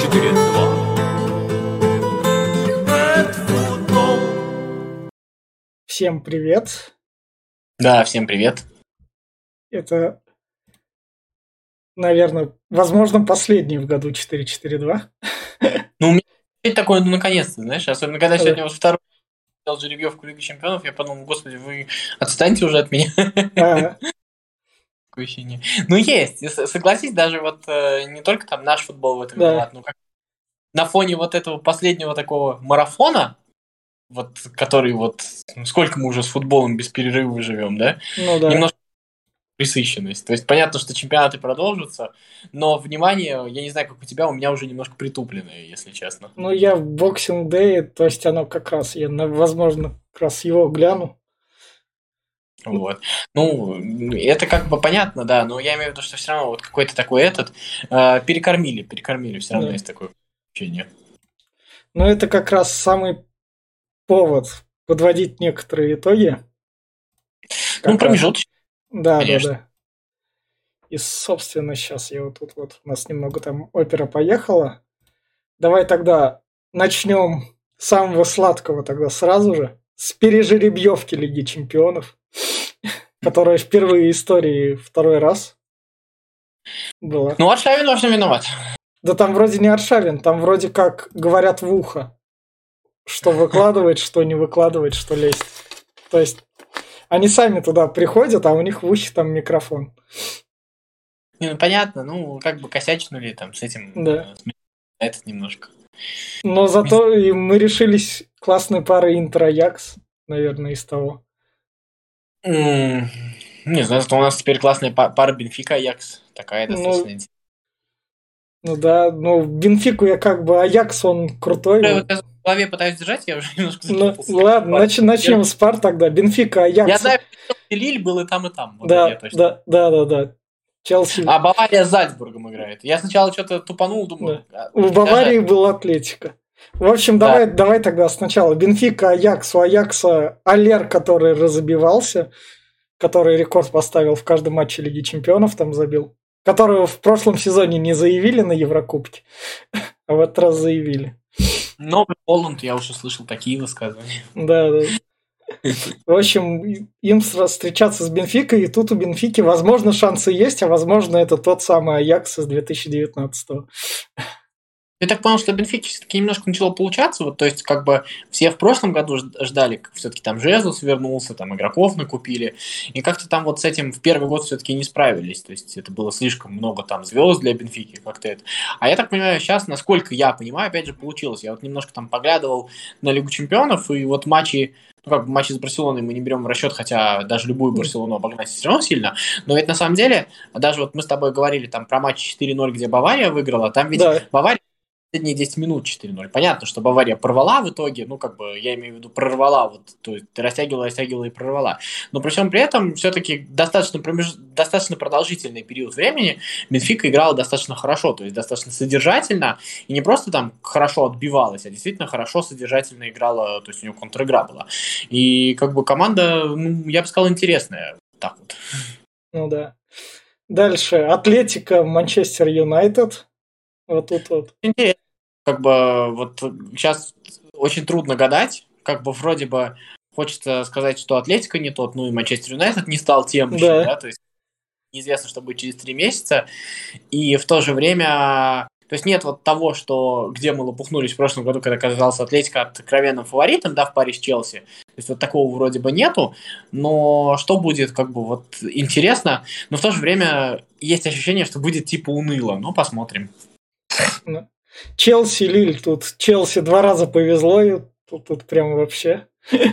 Всем привет. Да, всем привет. Это, наверное, возможно, последний в году 4-4-2. Ну, у меня такое, наконец-то, знаешь, особенно когда сегодня Да. вот второй делал жеребьевку Лиги Чемпионов, я подумал, господи, вы отстаньте уже от меня. Ага. Такое ощущение. Ну, есть, согласись, даже вот не только там наш футбол в этом Да. виноват, но как на фоне вот этого последнего такого марафона, вот, который вот, сколько мы уже с футболом без перерыва живем, да? Ну да. Немножко пресыщенность. То есть понятно, что чемпионаты продолжатся, но внимание, я не знаю, как у тебя, у меня уже немножко притупленное, если честно. Ну, я в Boxing Day, то есть оно как раз, я, возможно, как раз его гляну. Вот. Ну, это как бы понятно, да, но я имею в виду, что все равно вот какой-то такой перекормили, все равно Да. есть такое ощущение. Но это как раз самый повод подводить некоторые итоги. Ну, Как раз. промежуточно, Да, конечно. да. И, собственно, сейчас я вот тут вот, у нас немного там опера поехала. Давай тогда начнем с самого сладкого тогда сразу же. С пережеребьевки Лиги Чемпионов, которая впервые в истории второй раз была. Ну, Аршавин во всем виноват. Да там вроде не Аршавин, там вроде как говорят в ухо, что выкладывать, что не выкладывать, что лезть. То есть они сами туда приходят, а у них в ухе там микрофон. Не, ну, понятно, ну, как бы косячнули там с этим, Да. этот немножко. Но зато и мы решились классной парой Интер-Аякс, наверное, из того. Не знаю, зато у нас теперь классная пара Бенфика-Аякс. Такая достаточно интересная. Ну да, ну Бенфику я как бы, Аякс он крутой. Я вот в голове пытаюсь держать, я уже немножко запутался. Ладно, начнем с пар тогда. Бенфика, Аякс. Я знаю, что Лиль был и там, и там. Вот Да. Челси. А Бавария с Зальцбургом играет. Я сначала что-то тупанул, думаю. Да. У Баварии был Атлетико. В общем, давай тогда сначала. Бенфика, Аякс. У Аякса Аллер, который разобивался, который рекорд поставил в каждом матче Лиги Чемпионов, там забил. Которого в прошлом сезоне не заявили на Еврокубке, а в этот раз заявили. Новый Холланд, я уже слышал такие высказывания. Да. В общем, им встречаться с Бенфикой, и тут у Бенфики, возможно, шансы есть, а возможно, это тот самый Аякс из 2019-го. Я так понял, что Бенфике все-таки немножко начало получаться, вот, то есть, как бы, все в прошлом году ждали, все-таки там Жезус вернулся, там игроков накупили, и как-то там вот с этим в первый год все-таки не справились, то есть, это было слишком много там звезд для Бенфики, как-то это. А я так понимаю, сейчас, насколько я понимаю, опять же, получилось. Я вот немножко там поглядывал на Лигу Чемпионов, и вот матчи с Барселоной мы не берем в расчет, хотя даже любую Барселону обогнать все равно сильно, но ведь на самом деле, даже вот мы с тобой говорили там про матч 4-0, где Бавария выиграла, там ведь Бавария последние 10 минут 4-0. Понятно, что Бавария порвала в итоге, ну, как бы, я имею в виду, прорвала, вот, то есть растягивала и прорвала. Но при всем при этом, все-таки достаточно продолжительный период времени Бенфика играла достаточно хорошо, то есть достаточно содержательно, и не просто там хорошо отбивалась, а действительно хорошо содержательно играла, то есть у нее контр-игра была. И, как бы, команда, ну, я бы сказал, интересная. Так вот. Ну, да. Дальше. Атлетико, Манчестер Юнайтед. Вот тут вот. Интересно. Как бы вот сейчас очень трудно гадать. Как бы вроде бы хочется сказать, что Атлетико не тот, ну и Манчестер Юнайтед не стал тем еще, да, то есть неизвестно, что будет через 3 месяца. И в то же время, то есть нет вот того, что где мы лопухнулись в прошлом году, когда оказался Атлетико откровенным фаворитом, да, в паре с Челси. То есть вот такого вроде бы нету, но что будет, как бы вот интересно, но в то же время есть ощущение, что будет типа уныло. Ну, посмотрим. Челси, Лиль, тут Челси 2 раза повезло, и тут прям вообще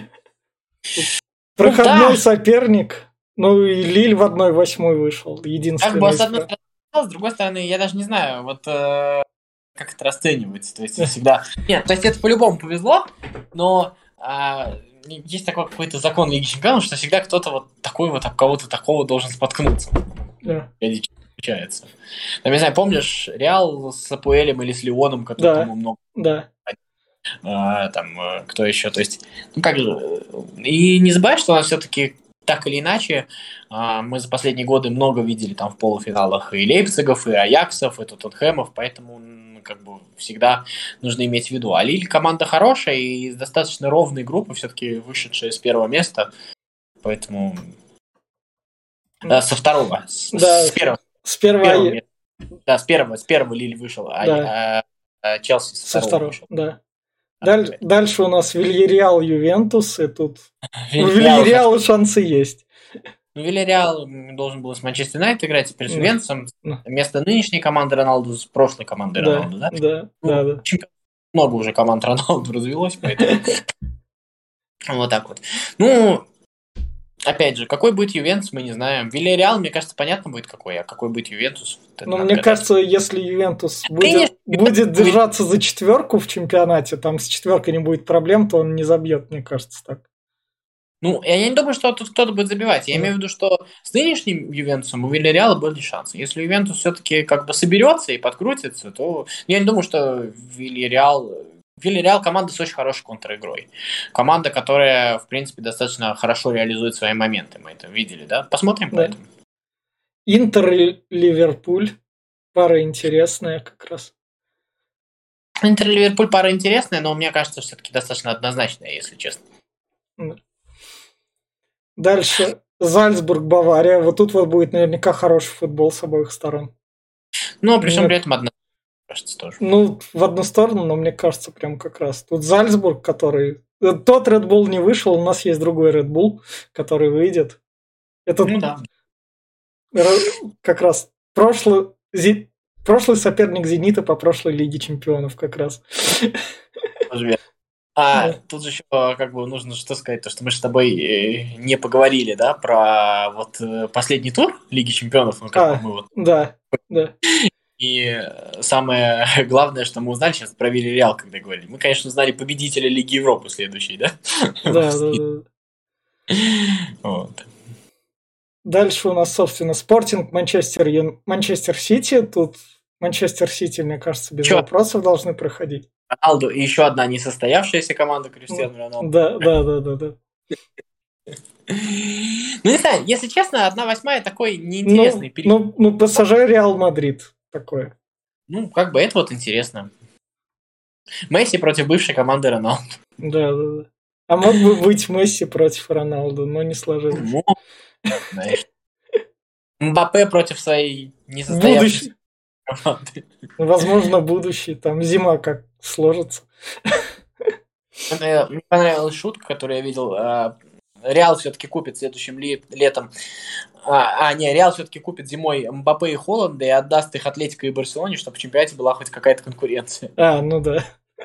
проходной соперник. Ну и Лиль в 1/8 вышел, единственный. Как бы, с одной стороны, с другой стороны, я даже не знаю, вот как это расценивать. То есть всегда. Нет, то есть это по-любому повезло, но есть такой какой-то закон Лиги Чемпионов, что всегда кто-то вот такой вот об кого-то такого должен споткнуться. Периодически случается. Там, не знаю, помнишь Реал с Апуэлем или с Лионом, который, по-моему, много. Да. Там, кто еще, то есть, ну как же. И не забывай, что у нас все-таки так или иначе, мы за последние годы много видели там в полуфиналах и Лейпцигов, и Аяксов, и Тоттенхэмов, поэтому как бы всегда нужно иметь в виду. А Лиль команда хорошая и достаточно ровной группы, все-таки вышедшая с первого места, поэтому со второго, Да, с первого, с первого, места. Да, с первого Лиль вышел, да, а Челси со со второго второго, вышел. да. Дальше у нас Вильяреал, Ювентус, и тут у Вильяреал Вильяреала шансы есть. Ну, Вильяреал должен был с Манчестер Юнайтед играть, теперь с Ювентусом. Вместо нынешней команды Роналду с прошлой командой Роналду, да? Да. Много уже команд Роналду развелось, поэтому... Вот так вот. Ну, опять же, какой будет Ювентус, мы не знаем. Вильяреал, мне кажется, понятно будет какой, а какой будет Ювентус? Ну, мне кажется, если Ювентус будет держаться за четверку в чемпионате, там с четверкой не будет проблем, то он не забьет, мне кажется, так. Ну, я не думаю, что тут кто-то будет забивать. Я имею в виду, что с нынешним Ювентусом у Вильяреала были шансы. Если Ювентус все-таки как бы соберется и подкрутится, то я не думаю, что Вильяреал команда с очень хорошей контр-игрой. Команда, которая, в принципе, достаточно хорошо реализует свои моменты. Мы это видели, да? Посмотрим по этому. Интер и Ливерпуль. Пара интересная как раз. Интер и Ливерпуль пара интересная, но мне кажется, все-таки достаточно однозначная, если честно. Дальше Зальцбург, Бавария. Вот тут вот будет наверняка хороший футбол с обоих сторон. Ну, причем при этом одна, кажется, тоже. Ну, в одну сторону, но мне кажется, прям как раз. Тут Зальцбург, который... Тот Red Bull не вышел, у нас есть другой Red Bull, который выйдет. Это да. Как раз прошлый соперник Зенита по прошлой Лиге Чемпионов как раз. Тут же еще как бы нужно что сказать, то что мы с тобой не поговорили, да, про вот последний тур Лиги Чемпионов, ну как мы вот. Да. И самое главное, что мы узнали сейчас про Вильяреал, когда говорили. Мы, конечно, узнали победителя Лиги Европы следующей, да? Да. Вот. Дальше у нас, собственно, Спортинг, Манчестер Сити. Тут Манчестер Сити, мне кажется, без вопросов должны проходить. Роналду и еще одна несостоявшаяся команда Криштиану Роналду. Да. Ну, не знаю, если честно, 1/8 такой неинтересный период. Ну, ПСЖ Реал Мадрид такое. Ну, как бы это вот интересно. Месси против бывшей команды Роналду. Да. А мог бы быть Месси против Роналду, но не сложилось. Знаешь. Мбаппе против своей несостоявшейся команды. Возможно, будущий. Там зима как сложится. Мне понравилась шутка, которую я видел. Реал все-таки купит следующим летом. Реал все-таки купит зимой Мбаппе и Холланда и отдаст их Атлетико и Барселоне, чтобы в чемпионате была хоть какая-то конкуренция. Ну да.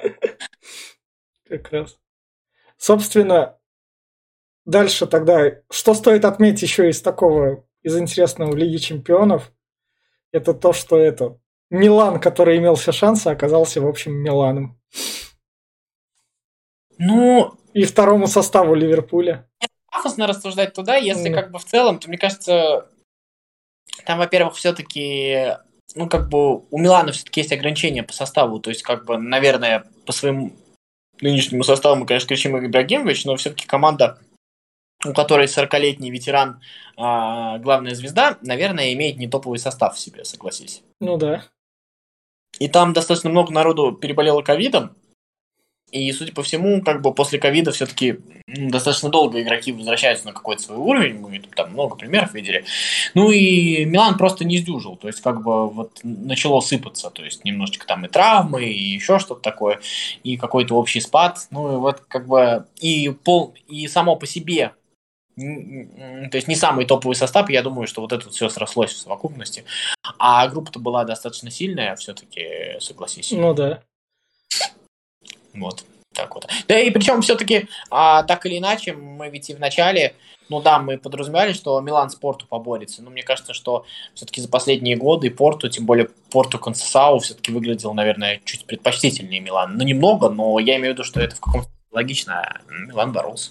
Как раз. Собственно, дальше тогда, что стоит отметить еще из интересного в Лиге Чемпионов, это то, что Милан, который имел все шансы, оказался, в общем, Миланом. Ну... И второму составу Ливерпуля. Пафосно рассуждать туда, если как бы в целом, то мне кажется, там, во-первых, все-таки, ну, как бы у Милана все-таки есть ограничения по составу, то есть, как бы, наверное, по своему нынешнему составу мы, конечно, кричим Ибрагимович, но все-таки команда, у которой 40-летний ветеран, главная звезда, наверное, имеет не топовый состав в себе, согласись. Ну да. И там достаточно много народу переболело ковидом, и, судя по всему, как бы после ковида все-таки достаточно долго игроки возвращаются на какой-то свой уровень, мы там много примеров видели. Ну и Милан просто не сдюжил, то есть как бы вот начало сыпаться, то есть немножечко там и травмы, и еще что-то такое, и какой-то общий спад, ну и вот как бы и само по себе, то есть не самый топовый состав, я думаю, что вот это все срослось в совокупности, а группа-то была достаточно сильная все-таки, согласись. Ну да. Вот, так вот. Да и причем все-таки, так или иначе, мы ведь и в начале, ну да, мы подразумевали, что Милан с Порту поборется, но мне кажется, что все-таки за последние годы Порту, тем более Порту Концесау, все-таки выглядел, наверное, чуть предпочтительнее Милан. Ну, немного, но я имею в виду, что это в каком-то логично, а Милан боролся.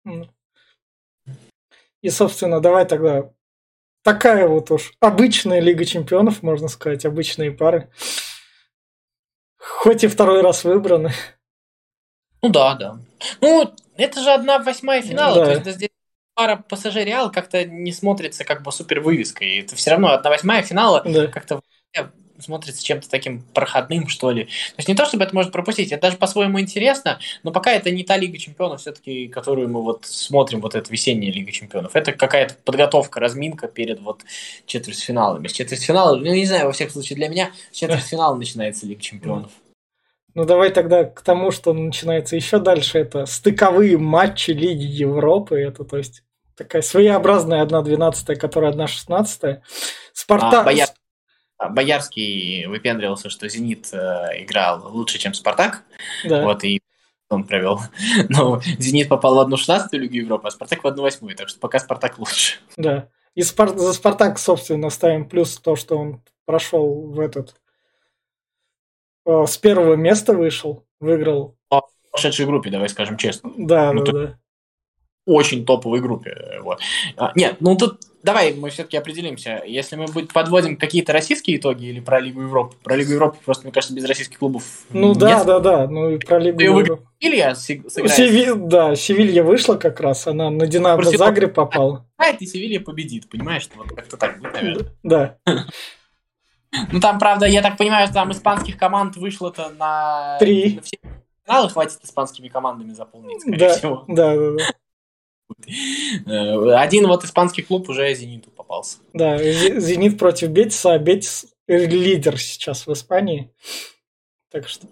И, собственно, давай тогда такая вот уж обычная Лига Чемпионов, можно сказать, обычные пары. Хоть и второй раз выбраны. Ну да. Ну, это же 1/8 финала, да. То есть здесь пара ПСЖ Реал как-то не смотрится как бы супер вывеской. Это все равно 1/8 финала да. как-то смотрится чем-то таким проходным, что ли. То есть не то, чтобы это можно пропустить, это даже по-своему интересно, но пока это не та Лига Чемпионов, все-таки, которую мы вот смотрим, вот эта весенняя Лига Чемпионов. Это какая-то подготовка, разминка перед вот четвертьфиналами. С четвертьфинала, ну, не знаю, во всяком случае, для меня с четвертьфинала начинается Лига Чемпионов. Ну, давай тогда к тому, что начинается еще дальше. Это стыковые матчи Лиги Европы. Это, то есть, такая своеобразная 1/12, которая 1/16. Спартак... Боярский выпендривался, что «Зенит» играл лучше, чем «Спартак». Да. Вот, и он провел. Но «Зенит» попал в 1/16 Лигу Европы, а «Спартак» в 1/8. Так что пока «Спартак» лучше. Да. И за «Спартак», собственно, ставим плюс то, что он прошел в этот... С первого места вышел, выиграл. В прошедшей группе, давай скажем честно. Да, да. Очень топовой группе. Вот. Нет, ну тут давай мы все-таки определимся. Если мы подводим какие-то российские итоги или про Лигу Европы? Про Лигу Европы просто, мне кажется, без российских клубов ну нет. Да. Ну и про Лигу Европы. Севилья вышла как раз. Она на Динамо Загреб попала. И Севилья победит, понимаешь? Вот как-то так будет, наверное. Да. Ну там, правда, я так понимаю, что там испанских команд вышло-то на... 3. На все финалы хватит испанскими командами заполнить, скорее всего. Да. Один вот испанский клуб уже «Зениту» попался. Да, «Зенит» против «Бетиса», а «Бетис» лидер сейчас в Испании. Так что...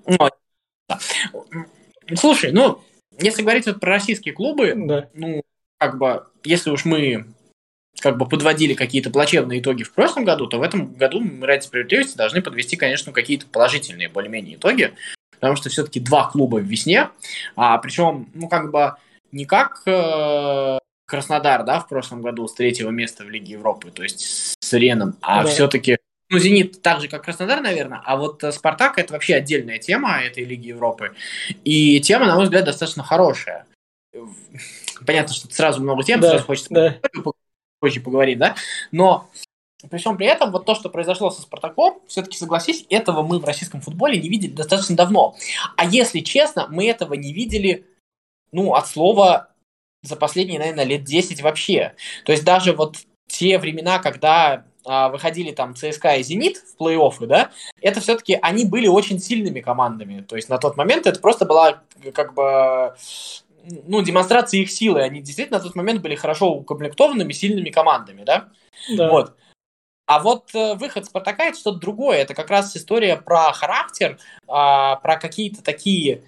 Слушай, ну, если говорить вот про российские клубы, да. Ну, как бы, если уж мы как бы подводили какие-то плачевные итоги в прошлом году, то в этом году мы ради справедливости должны подвести, конечно, какие-то положительные более-менее итоги, потому что все-таки 2 клуба в весне, причем, ну, как бы, не как Краснодар, да, в прошлом году с 3-го места в Лиге Европы, то есть с Реном, все-таки, ну, «Зенит» так же, как Краснодар, наверное, а вот «Спартак» — это вообще отдельная тема этой Лиги Европы, и тема, на мой взгляд, достаточно хорошая. Понятно, что сразу много тем, сразу хочется позже поговорить, да, но при всем при этом вот то, что произошло со «Спартаком», все-таки, согласись, этого мы в российском футболе не видели достаточно давно, а если честно, мы этого не видели, ну, от слова за последние, наверное, лет 10 вообще. То есть даже вот те времена, когда выходили там ЦСКА и «Зенит» в плей-оффы, да, это все-таки они были очень сильными командами. То есть на тот момент это просто была как бы, ну, демонстрация их силы. Они действительно на тот момент были хорошо укомплектованными, сильными командами, да? Вот. А вот выход «Спартака» — это что-то другое. Это как раз история про характер, про какие-то такие...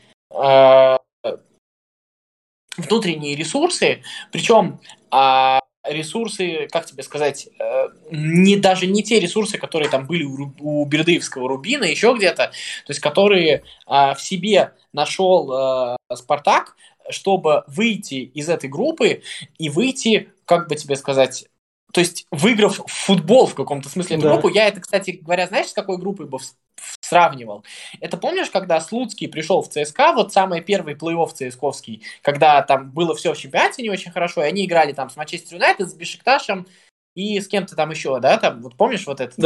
внутренние ресурсы, причем ресурсы, как тебе сказать, даже не те ресурсы, которые там были у Бердыевского Рубина, еще где-то, то есть которые в себе нашел «Спартак», чтобы выйти из этой группы и выйти, как бы тебе сказать, то есть выиграв в футбол в каком-то смысле эту группу. Я это, кстати говоря, знаешь, с какой группой бы сравнивал? Это помнишь, когда Слуцкий пришел в ЦСКА, вот самый первый плей-офф ЦСКовский, когда там было все в чемпионате не очень хорошо, и они играли там с Манчестер Юнайтед, с Бешикташем и с кем-то там еще, да, там, вот помнишь вот этот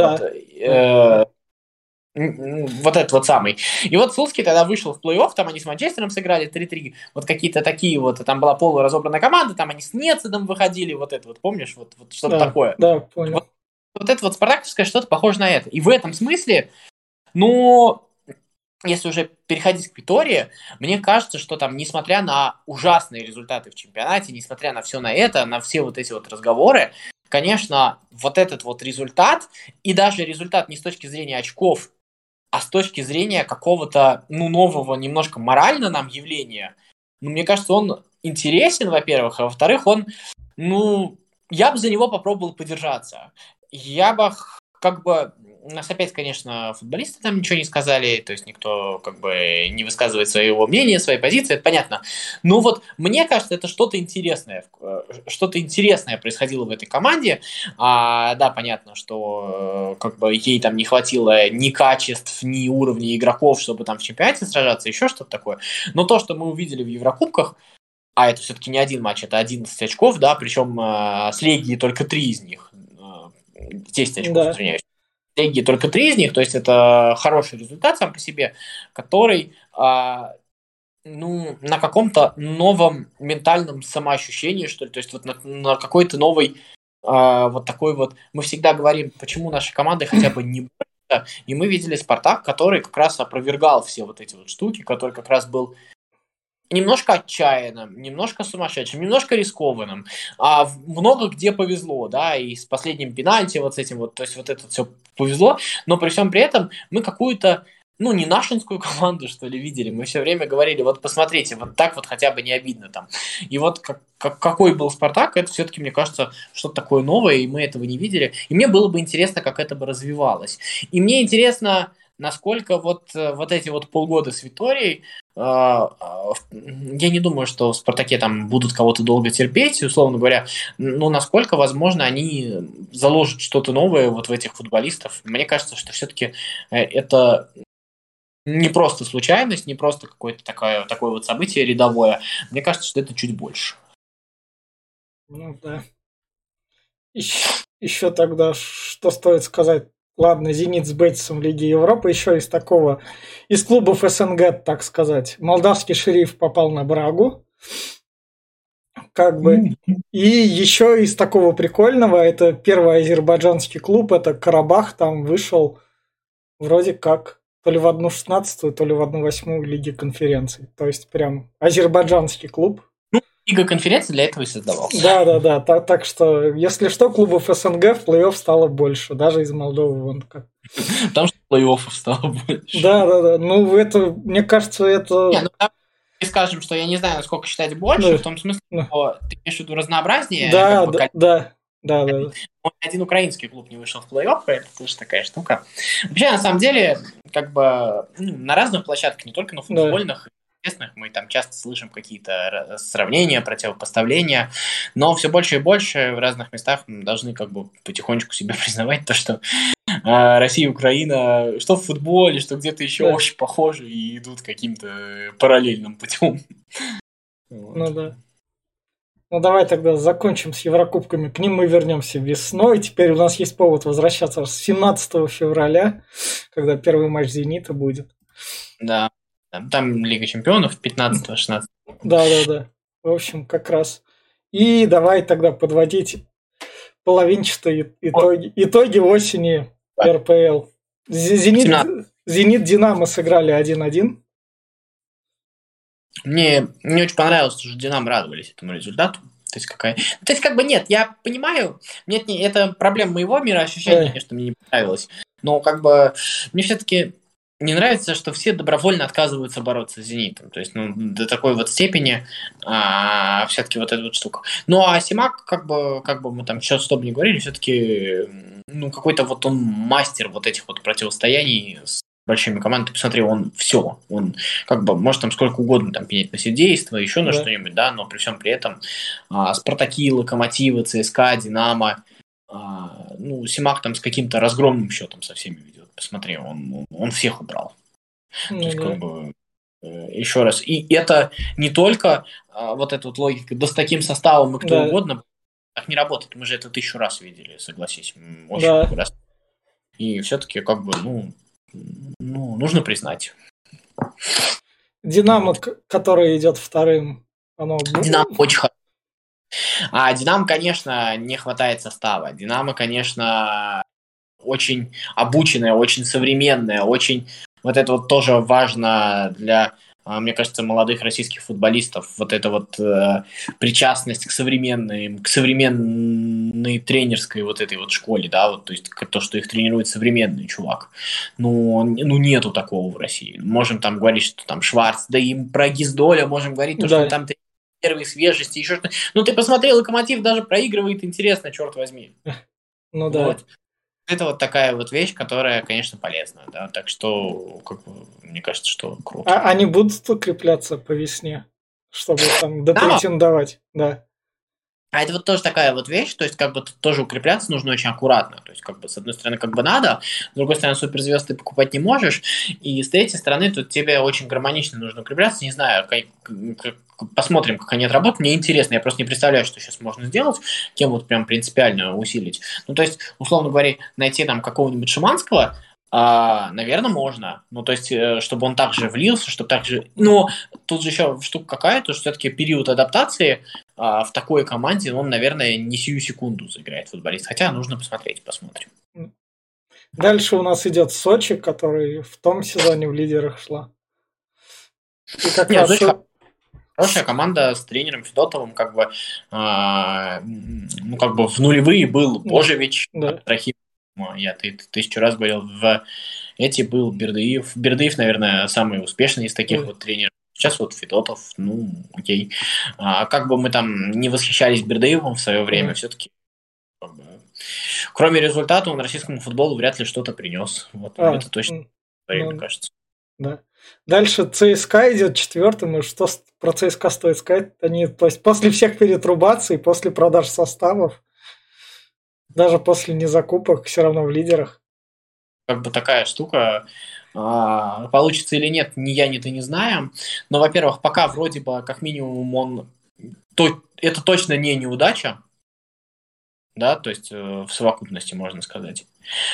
вот этот вот самый. И вот Слуцкий тогда вышел в плей-офф, там они с Манчестером сыграли 3-3, вот какие-то такие вот, там была полуразобранная команда, там они с Нецедом выходили, вот это вот, помнишь, вот что-то такое. Да, понял. Вот это вот спартаковское что-то похоже на это. И в этом смысле, ну, если уже переходить к Витории, мне кажется, что там, несмотря на ужасные результаты в чемпионате, несмотря на все на это, на все вот эти вот разговоры, конечно, вот этот вот результат, и даже результат не с точки зрения очков, а с точки зрения какого-то, ну, нового немножко морально нам явления, ну, мне кажется, он интересен, во-первых, а во-вторых, он, ну, я бы за него попробовал подержаться. Я бы как бы... У нас опять, конечно, футболисты там ничего не сказали, то есть никто как бы не высказывает своего мнения, своей позиции, это понятно. Но вот мне кажется, это что-то интересное происходило в этой команде. Да, понятно, что как бы ей там не хватило ни качеств, ни уровней игроков, чтобы там в чемпионате сражаться, еще что-то такое. Но то, что мы увидели в Еврокубках, а это все-таки не один матч, это 11 очков, да, причем с Легией только 3 из них, 10 очков, извиняюсь. Легии только 3 из них, то есть это хороший результат сам по себе, который ну, на каком-то новом ментальном самоощущении, что ли, то есть вот на какой-то новой вот такой вот, мы всегда говорим, почему наши команды хотя бы не И мы видели «Спартак», который как раз опровергал все вот эти вот штуки, который как раз был немножко отчаянным, немножко сумасшедшим, немножко рискованным, а много где повезло, да, и с последним пенальти вот с этим вот, то есть вот это все повезло, но при всем при этом мы какую-то, ну, не нашинскую команду, что ли, видели, мы все время говорили, вот посмотрите, вот так вот хотя бы не обидно там. И вот какой был «Спартак», это все-таки, мне кажется, что-то такое новое, и мы этого не видели. И мне было бы интересно, как это бы развивалось. И мне интересно, насколько вот эти вот полгода с Виторией, я не думаю, что в «Спартаке» там будут кого-то долго терпеть, условно говоря, но насколько, возможно, они заложат что-то новое вот в этих футболистов. Мне кажется, что все-таки это не просто случайность, не просто какое-то такое вот событие рядовое. Мне кажется, что это чуть больше. Ну да. Еще тогда, что стоит сказать? Ладно, «Зенит» с Бетисом в Лиге Европы. Еще из клубов СНГ, так сказать. Молдавский «Шериф» попал на Брагу. Как бы. И еще из такого прикольного, это первый азербайджанский клуб, это «Карабах», там вышел вроде как то ли в 1/16, то ли в 1/8 Лиги конференций. То есть прям азербайджанский клуб. Лига конференции для этого и создавалась. Да. Так что, если что, клубов СНГ в плей-офф стало больше, даже из Молдовы вон как. Потому что плей-оффов стало больше. Да. Ну, это, мне кажется, это... Не, ну, скажем, что я не знаю, насколько считать больше, в том смысле, что ты имеешь в виду разнообразнее. Да. Один украинский клуб не вышел в плей-офф, это тоже такая штука. Вообще, на самом деле, как бы на разных площадках, не только на футбольных, мы там часто слышим какие-то сравнения, противопоставления, но все больше и больше в разных местах мы должны как бы потихонечку себе признавать то, что Россия и Украина, что в футболе, что где-то еще очень похожи и идут каким-то параллельным путем. Ну да. Ну давай тогда закончим с Еврокубками. К ним мы вернемся весной. Теперь у нас есть повод возвращаться с 17 февраля, когда первый матч «Зенита» будет. Да. Там Лига чемпионов 15-16. Да. В общем, как раз. И давай тогда подводить половинчатые итоги осени РПЛ. «Зенит» «Динамо» сыграли 1-1. Мне не очень понравилось, что «Динамо» радовались этому результату. То есть, как бы нет, я понимаю, нет, это проблема моего мироощущения, что мне не понравилось. Но как бы мне все-таки не нравится, что все добровольно отказываются бороться с «Зенитом». То есть, до такой вот степени все-таки вот эта вот штука. Ну, а Симак, как бы мы там что бы ни говорили, все-таки, какой-то вот он мастер вот этих вот противостояний с большими командами. Посмотри, он как бы может там сколько угодно там пенять на судейство, еще на что-нибудь, да, но при всем при этом Спартаки, Локомотивы, ЦСКА, Динамо, Симак там с каким-то разгромным счетом со всеми ведет. Посмотри, он всех убрал. То есть, как бы, еще раз. И это не только вот эта вот логика, да с таким составом и кто угодно, так не работает. Мы же это 1000 раз видели, согласись. Очень много раз. И все-таки, как бы, нужно признать. «Динамо», который идет вторым, «Динамо» очень хорошо. А «Динамо», конечно, не хватает состава. «Динамо», конечно, очень обученная, очень современная, очень... Вот это вот тоже важно для, мне кажется, молодых российских футболистов. Вот эта вот причастность к современной тренерской вот этой вот школе, да, вот, то есть то, что их тренирует современный чувак. Нету такого в России. Можем там говорить, что там Шварц, да и про Гиздоля можем говорить, что там первые свежести, еще что-то. Ты посмотри, «Локомотив» даже проигрывает интересно, черт возьми. Да. Это вот такая вот вещь, которая, конечно, полезна, да, так что, мне кажется, что круто. А они будут укрепляться по весне, чтобы там допретендовать, да. А это вот тоже такая вот вещь, то есть, как бы тоже укрепляться нужно очень аккуратно. То есть, как бы, с одной стороны, как бы надо, с другой стороны, суперзвезд ты покупать не можешь, и с третьей стороны, тут тебе очень гармонично нужно укрепляться. Не знаю, посмотрим, как они отработают. Мне интересно, я просто не представляю, что сейчас можно сделать, кем вот прям принципиально усилить. То есть, условно говоря, найти там какого-нибудь Шиманского, наверное, можно. То есть, чтобы он также влился, чтобы также... Но тут же еще штука какая-то, что все-таки период адаптации в такой команде, он, наверное, не сию секунду заиграет футболист. Хотя нужно посмотреть, посмотрим. Дальше у нас идет Сочи, который в том сезоне в лидерах шла. И как Нет, раз... Сочи хорошая команда с тренером Федотовым, как бы, ну, как бы в нулевые был Божевич, Да. Рахим, я тысячу раз говорил, в эти был Бердыев. Бердыев, наверное, самый успешный из таких вот тренеров. Сейчас вот Федотов, ну, окей. Как бы мы там не восхищались Бердыевым в свое время, все-таки, как бы, кроме результата, он российскому футболу вряд ли что-то принес. Вот это точно, мне кажется. Да. Дальше ЦСКА идет четвертым, и что про ЦСКА стоит сказать? Они, то есть после всех перетрубаций, после продаж составов, даже после незакупок, все равно в лидерах. Как бы такая штука, получится или нет, ни я, ни ты не знаем. Но, во-первых, пока вроде бы, как минимум, это точно не неудача, да, то есть в совокупности, можно сказать.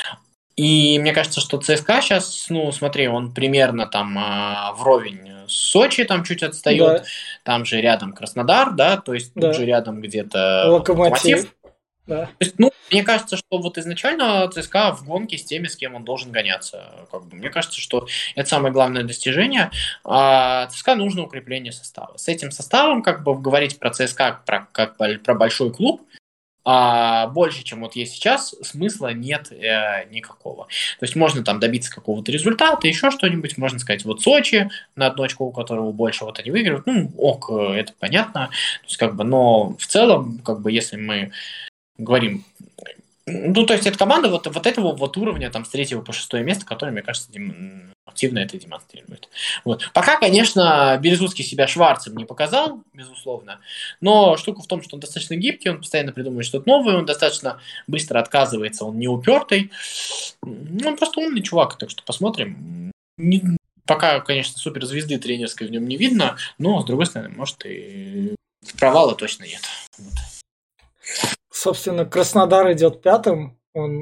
И мне кажется, что ЦСКА сейчас, ну, смотри, он примерно там вровень с Сочи, там чуть отстает, да. Там же рядом Краснодар, да, то есть тут же рядом где-то Локомотив. Да. То есть, ну, мне кажется, что вот изначально ЦСКА в гонке с теми, с кем он должен гоняться. Как бы. Мне кажется, что это самое главное достижение. ЦСКА нужно укрепление состава. С этим составом, как бы, говорить про ЦСКА как про большой клуб, больше, чем вот есть сейчас, смысла нет никакого. То есть можно там добиться какого-то результата, еще что-нибудь, можно сказать, вот Сочи, на одну очко у которого больше, вот они выигрывают, ну, ок, это понятно. То есть, как бы, но в целом, как бы, если мы говорим, ну, то есть это команда вот этого вот уровня, там, с 3 по 6 место, которое, мне кажется, активно это демонстрирует. Вот. Пока, конечно, Березутский себя Шварцем не показал, безусловно, но штука в том, что он достаточно гибкий, он постоянно придумывает что-то новое, он достаточно быстро отказывается, он не упертый, он просто умный чувак, так что посмотрим. Пока, конечно, суперзвезды тренерской в нем не видно, но, с другой стороны, может, и провала точно нет. Вот. Собственно, Краснодар идет пятым.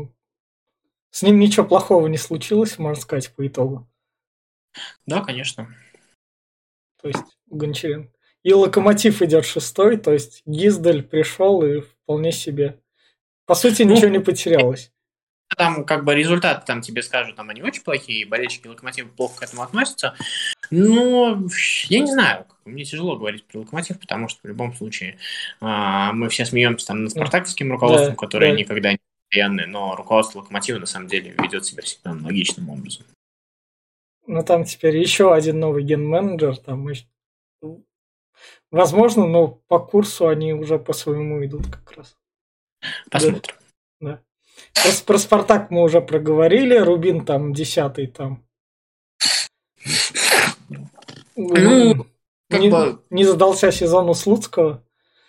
С ним ничего плохого не случилось, можно сказать, по итогу. Да, конечно. То есть Гончаренко. И Локомотив идет шестой, то есть Гиздель пришел и вполне себе. По сути, ничего не потерялось. Там как бы результаты там тебе скажут, там они очень плохие, болельщики Локомотива плохо к этому относятся. Но я не знаю, мне тяжело говорить про Локомотив, потому что в любом случае мы все смеемся там над спартаковским руководством, которое никогда не постоянное, но руководство Локомотива на самом деле ведет себя всегда аналогичным образом. Ну там теперь еще один новый ген-менеджер, там возможно, но по курсу они уже по своему идут как раз. Посмотрим. Да. Про Спартак мы уже проговорили, Рубин там 10-й там. Ну, не задался сезон у Слуцкого.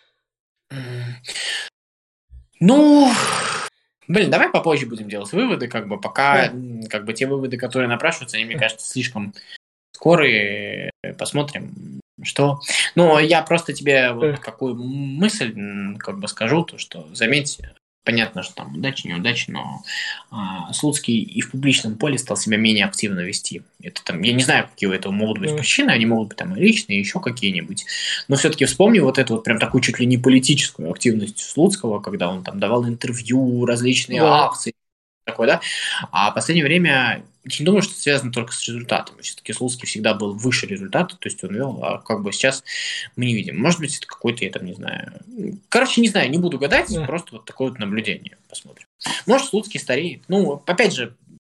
Ну, блин, давай попозже будем делать выводы, как бы пока, как бы те выводы, которые напрашиваются, они, мне кажется, слишком скорые. Посмотрим, что. Ну, я просто тебе вот какую мысль, как бы скажу, то что заметь. Понятно, что там удачи, неудачи, но Слуцкий и в публичном поле стал себя менее активно вести. Это там, я не знаю, какие у этого могут быть причины, они могут быть там и личные, еще какие-нибудь. Но все-таки вспомни вот эту вот прям такую чуть ли не политическую активность Слуцкого, когда он там давал интервью, различные акции, такое, да. А в последнее время я не думаю, что это связано только с результатами. Все-таки Слуцкий всегда был выше результата, то есть он вел, а как бы сейчас мы не видим. Может быть, это какой-то, я там не знаю. Короче, не знаю, не буду гадать, просто вот такое вот наблюдение. Посмотрим. Может, Слуцкий стареет. Ну, опять же,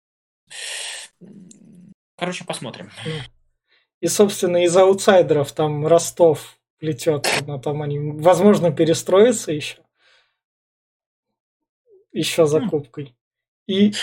короче, посмотрим. И, собственно, из аутсайдеров там Ростов плетется, но там они, возможно, перестроятся еще закупкой. И...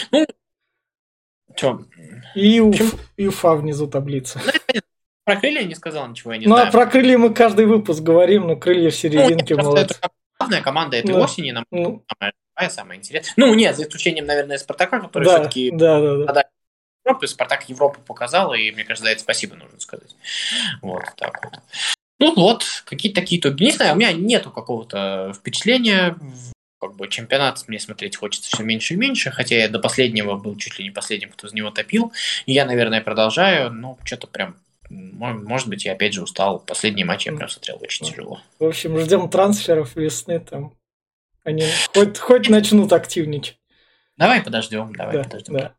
И Уфа внизу таблицы. Про крылья не сказал ничего, я не знаю. Ну, а про крылья мы каждый выпуск говорим, но крылья в серединке молодцы. Это главная команда этой осени, нам самая интересная. Ну, нет, за исключением, наверное, Спартака, который все-таки Европы, Спартак Европу показал, и, мне кажется, за это спасибо нужно сказать. Вот так вот. Ну вот, какие-то такие итоги. Не знаю, у меня нету какого-то впечатления. Как бы чемпионат мне смотреть хочется все меньше и меньше, хотя я до последнего был чуть ли не последним, кто из него топил. И я, наверное, продолжаю, но что-то прям, может быть, я опять же устал. Последний матч я прям смотрел очень тяжело. В общем, ждем трансферов весны там. Они хоть начнут активничать. Давай подождем. Да.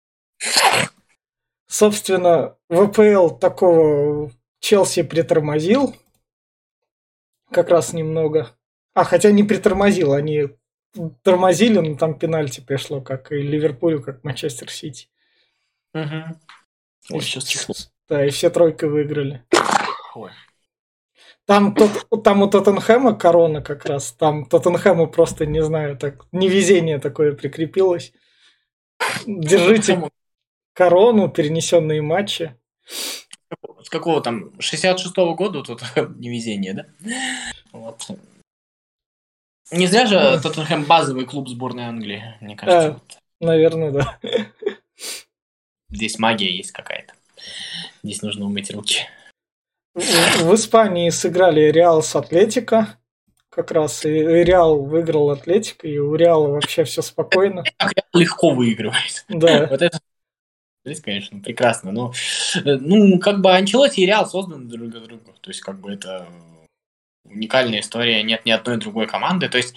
Собственно, ВПЛ такого Челси притормозил как раз немного. Хотя не притормозил, они тормозили, но там пенальти пришло, как и Ливерпулю, как Манчестер Сити. Угу. Ой, сейчас чихну. Да, и все тройкой выиграли. Ой. Там у Тоттенхэма корона как раз. Там Тоттенхэму просто, не знаю, так невезение такое прикрепилось. Держите корону, перенесенные матчи. С какого там, 66-го года тут невезение, да? Вот. Не зря же Тоттенхэм базовый клуб сборной Англии, мне кажется. Наверное, да. Здесь магия есть какая-то. Здесь нужно умыть руки. В Испании сыграли Реал с Атлетико. Как раз и Реал выиграл Атлетико, и у Реала вообще все спокойно. Как Реал легко выигрывает. Да. Вот это, конечно, прекрасно. Но, как бы Анчелотти и Реал созданы друг для друга. То есть, как бы это уникальная история. Нет ни одной другой команды. То есть,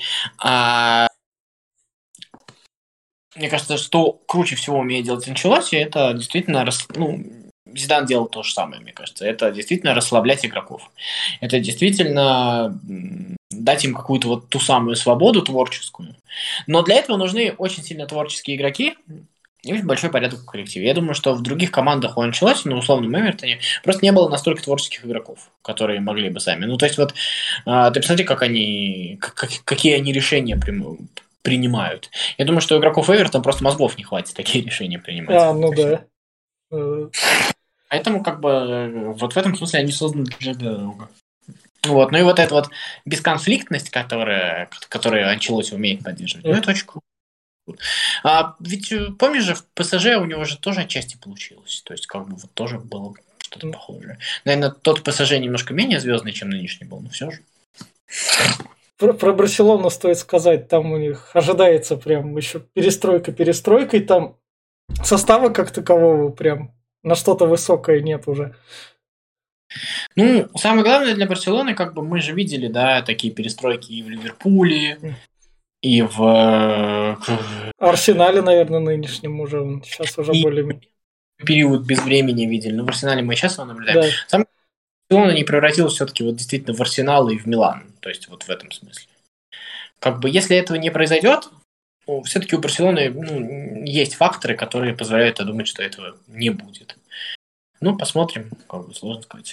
мне кажется, что круче всего умеет делать Анчелотти, это действительно, Зидан делал то же самое, мне кажется. Это действительно расслаблять игроков. Это действительно дать им какую-то вот ту самую свободу творческую. Но для этого нужны очень сильно творческие игроки и очень большой порядок в коллективе. Я думаю, что в других командах у Анчелотти, условном Эвертоне, просто не было настолько творческих игроков, которые могли бы сами. То есть вот ты посмотри, какие они решения принимают. Я думаю, что у игроков Эвертона просто мозгов не хватит такие решения принимать. Да. Поэтому, как бы, вот в этом смысле они созданы для друга. Вот. И вот эта вот бесконфликтность, которую Анчелотти умеет поддерживать, это очень круто. Ведь помнишь же, в ПСЖ у него же тоже отчасти получилось. То есть, как бы, вот тоже было что-то похожее. Наверное, тот ПСЖ немножко менее звездный, чем нынешний был, но все же. Про Барселону стоит сказать, там у них ожидается прям еще перестройка, и там состава как такового прям на что-то высокое нет уже. Самое главное для Барселоны, как бы мы же видели, да, такие перестройки и в Ливерпуле, и в Арсенале, наверное, нынешнем уже. Сейчас уже более... период без времени видели. Но в Арсенале мы сейчас его наблюдаем. Да. Сам Барселона не превратилась все-таки вот действительно в Арсенал и в Милан. То есть вот в этом смысле. Как бы если этого не произойдет, все-таки у Барселоны есть факторы, которые позволяют думать, что этого не будет. Посмотрим, как бы сложно сказать.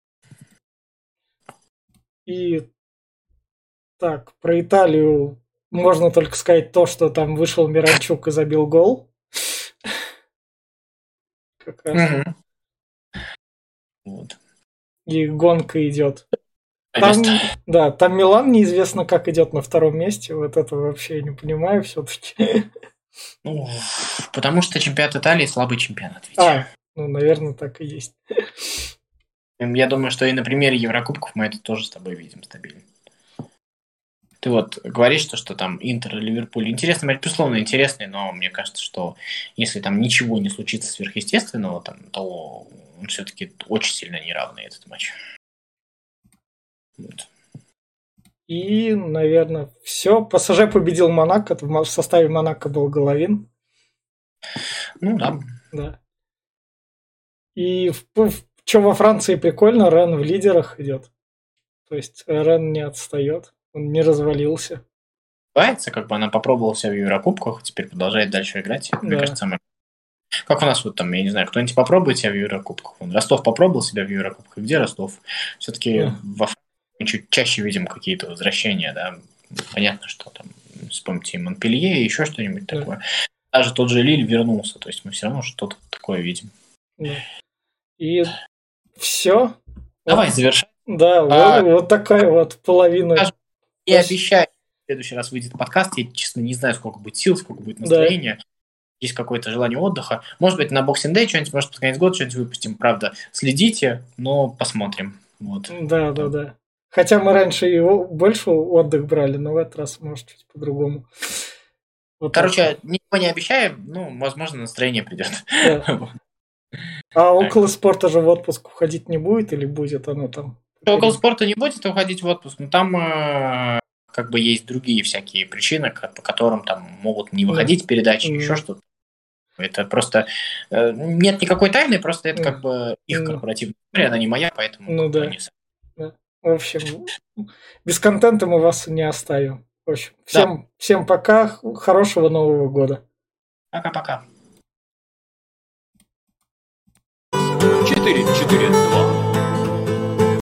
И так, про Италию можно только сказать то, что там вышел Миранчук и забил гол. Как раз. Вот. И гонка идет. Там Милан неизвестно, как идет на втором месте. Вот это вообще я не понимаю все-таки. Потому что чемпионат Италии слабый чемпионат. Наверное, так и есть. Я думаю, что и на примере Еврокубков мы это тоже с тобой видим стабильно. Ты вот говоришь, что там Интер и Ливерпуль интересный матч, безусловно, интересный, но мне кажется, что если там ничего не случится сверхъестественного, то он все-таки очень сильно неравный, этот матч. Вот. И, наверное, все. ПСЖ победил Монако. В составе Монако был Головин. Да. Да. И что во Франции прикольно, Рен в лидерах идет. То есть Рен не отстает. Он не развалился. Бывается, как бы она попробовала себя в Еврокубках, теперь продолжает дальше играть. Мне кажется, как у нас вот там, я не знаю, кто-нибудь попробует себя в Еврокубках. Ростов попробовал себя в Еврокубках. Где Ростов? Все-таки во Франции мы чуть чаще видим какие-то возвращения, да. Понятно, что там, вспомните, Монпелье и еще что-нибудь такое. Даже тот же Лиль вернулся. То есть мы все равно что-то такое видим. И все. Давай завершаем. Да, вот такая вот половина. Я обещаю, в следующий раз выйдет подкаст. Я, честно, не знаю, сколько будет сил, сколько будет настроения. Есть какое-то желание отдыха. Может быть, на Boxing Day что-нибудь, может, под конец года что-нибудь выпустим. Правда, следите, но посмотрим. Вот. Да. Хотя мы раньше и больше отдых брали, но в этот раз, может, чуть по-другому. Короче, ничего не обещаем, возможно, настроение придет. А около спорта же в отпуск уходить не будет или будет оно там? Около спорта не будет уходить в отпуск, но там как бы есть другие всякие причины, по которым там могут не выходить передачи, еще что-то. Это просто нет никакой тайны, просто это как бы их корпоративная история, она не моя, поэтому не да. В общем, без контента мы вас не оставим. В общем, всем пока, хорошего Нового года. Пока-пока. 4-4-2.